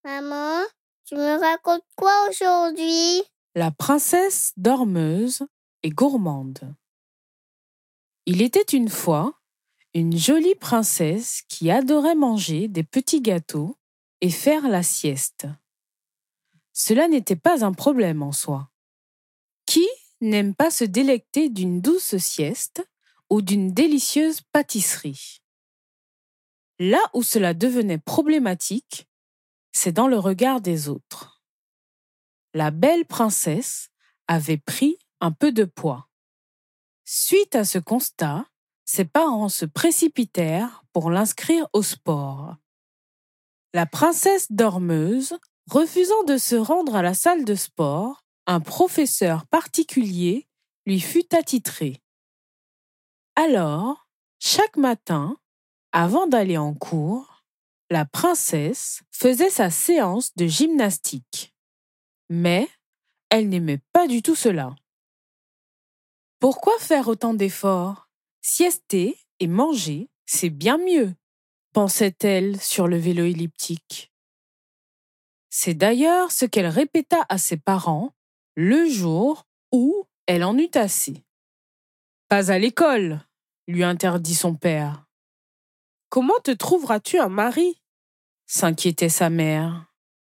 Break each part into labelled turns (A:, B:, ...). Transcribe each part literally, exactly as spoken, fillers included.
A: Maman, tu me racontes quoi aujourd'hui?
B: La princesse dormeuse et gourmande. Il était une fois une jolie princesse qui adorait manger des petits gâteaux et faire la sieste. Cela n'était pas un problème en soi. Qui n'aime pas se délecter d'une douce sieste ou d'une délicieuse pâtisserie? Là où cela devenait problématique, c'est dans le regard des autres. La belle princesse avait pris un peu de poids. Suite à ce constat, ses parents se précipitèrent pour l'inscrire au sport. La princesse dormeuse, refusant de se rendre à la salle de sport, un professeur particulier lui fut attitré. Alors, chaque matin, avant d'aller en cours, la princesse faisait sa séance de gymnastique. Mais elle n'aimait pas du tout cela. Pourquoi faire autant d'efforts? Siester et manger, c'est bien mieux, pensait-elle sur le vélo elliptique. C'est d'ailleurs ce qu'elle répéta à ses parents le jour où elle en eut assez. Pas à l'école, lui interdit son père. Comment te trouveras-tu un mari? S'inquiétait sa mère.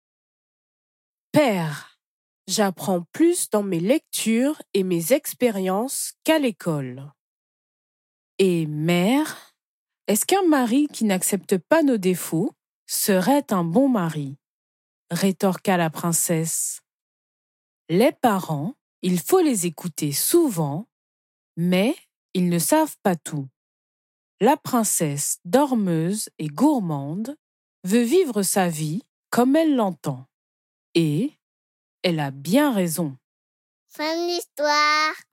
B: Père, j'apprends plus dans mes lectures et mes expériences qu'à l'école. Et mère, est-ce qu'un mari qui n'accepte pas nos défauts serait un bon mari? Rétorqua la princesse. Les parents, il faut les écouter souvent, mais ils ne savent pas tout. La princesse dormeuse et gourmande veut vivre sa vie comme elle l'entend. Et elle a bien raison.
A: Fin de l'histoire.